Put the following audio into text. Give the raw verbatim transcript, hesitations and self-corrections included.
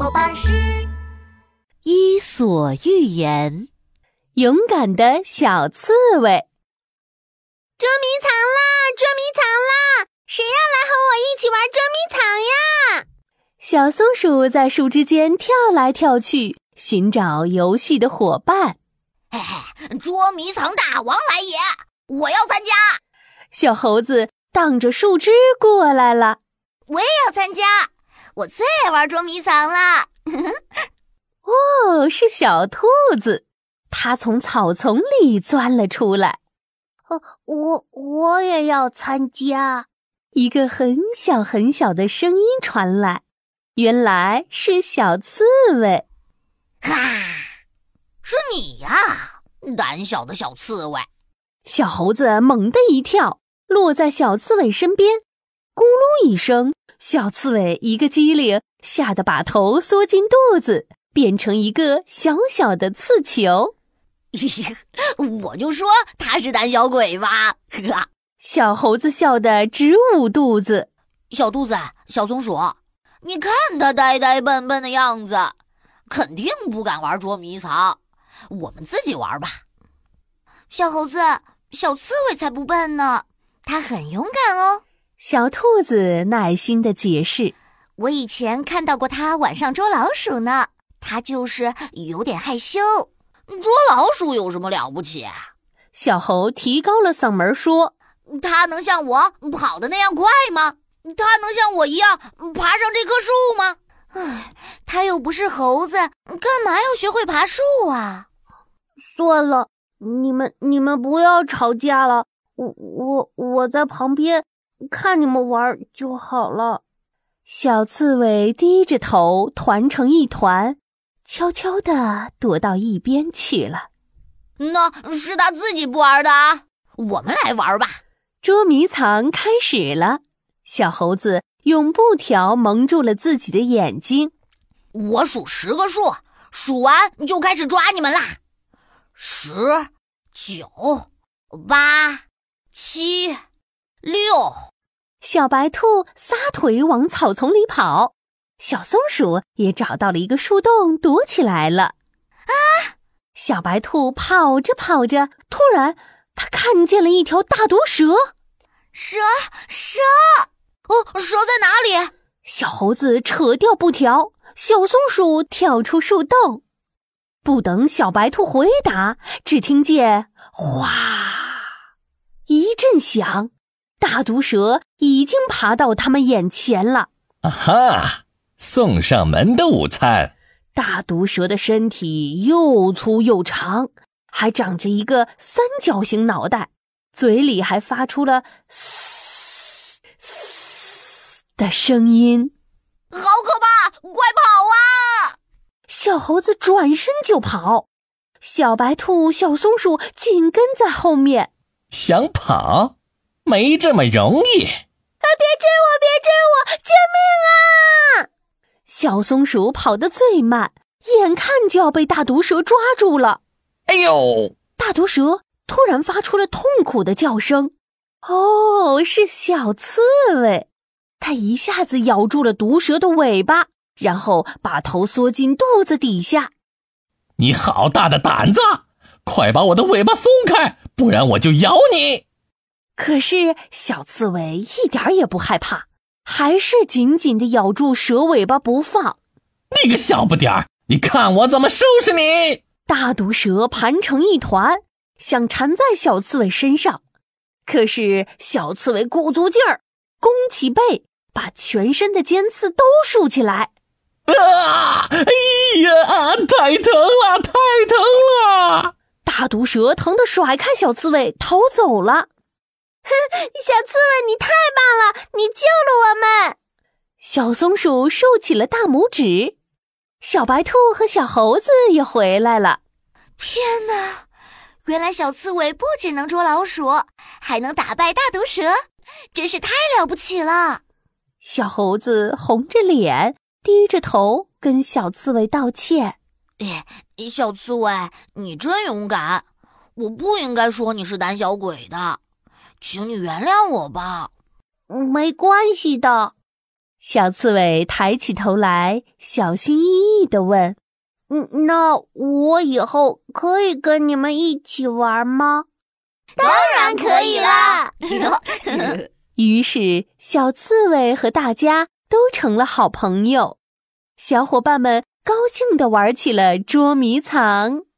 宝巴士伊索寓言，勇敢的小刺猬。 捉迷藏啦！捉迷藏啦！谁要来和我一起玩捉迷藏呀？ 小松鼠在树枝间跳来跳去，寻找游戏的伙伴。 嘿嘿，捉迷藏大王来也！我要参加。 小猴子荡着树枝过来了。 我也要参加，我最爱玩捉迷藏了。 哦，是小兔子，它从草丛里钻了出来。 哦，我我也要参加。 一个很小很小的声音传来，原来是小刺猬。 哈，是你呀，胆小的小刺猬！ 小猴子猛地一跳，落在小刺猬身边，咕噜一声，小刺猬一个机灵，吓得把头缩进肚子，变成一个小小的刺球。 我就说他是胆小鬼吧！ 小猴子笑得直捂肚子。 小兔子，小松鼠，你看他呆呆笨笨的样子，肯定不敢玩捉迷藏，我们自己玩吧。小猴子，小刺猬才不笨呢，他很勇敢哦。 小兔子耐心地解释， 我以前看到过他晚上捉老鼠呢，他就是有点害羞。捉老鼠有什么了不起？ 小猴提高了嗓门说， 他能像我跑的那样快吗？他能像我一样爬上这棵树吗？唉，他又不是猴子，干嘛要学会爬树啊？ 算了，你们你们不要吵架了，我我我在旁边看你们玩就好了。 小刺猬低着头团成一团，悄悄地躲到一边去了。 那是他自己不玩的啊，我们来玩吧。 捉迷藏开始了，小猴子用布条蒙住了自己的眼睛。 我数十个数，数完就开始抓你们啦。十、九、八、七、六。 小白兔撒腿往草丛里跑，小松鼠也找到了一个树洞躲起来了。 啊！ 小白兔跑着跑着，突然它看见了一条大毒蛇。 蛇蛇哦，蛇在哪里？ 小猴子扯掉布条，小松鼠跳出树洞。不等小白兔回答，只听见哗一阵响，大毒蛇已经爬到他们眼前了。 啊哈，送上门的午餐。 大毒蛇的身体又粗又长，还长着一个三角形脑袋，嘴里还发出了嘶嘶的声音。 好可怕，快跑啊！ 小猴子转身就跑，小白兔、小松鼠紧跟在后面。 想跑？没这么容易！ 啊！别追我，别追我，救命啊！ 小松鼠跑得最慢，眼看就要被大毒蛇抓住了。 哎呦！ 大毒蛇突然发出了痛苦的叫声。哦，是小刺猬。它一下子咬住了毒蛇的尾巴，然后把头缩进肚子底下。 你好大的胆子！快把我的尾巴松开，不然我就咬你！ 可是小刺猬一点也不害怕，还是紧紧地咬住蛇尾巴不放。 你个小不点儿，你看我怎么收拾你！ 大毒蛇盘成一团，想缠在小刺猬身上，可是小刺猬鼓足劲儿，弓起背，把全身的尖刺都竖起来。 啊！哎呀，太疼了，太疼了！ 大毒蛇疼得甩开小刺猬逃走了。 哼，小刺猬你太棒了，你救了我们！ 小松鼠竖起了大拇指。小白兔和小猴子也回来了。 天哪，原来小刺猬不仅能捉老鼠，还能打败大毒蛇，真是太了不起了。 小猴子红着脸，低着头跟小刺猬道歉。 哎，小刺猬，你真勇敢，我不应该说你是胆小鬼的，请你原谅我吧。 没关系的。 小刺猬抬起头来，小心翼翼地问：“ 嗯，那我以后可以跟你们一起玩吗？”“ 当然可以啦！” 于是，小刺猬和大家都成了好朋友。小伙伴们高兴地玩起了捉迷藏。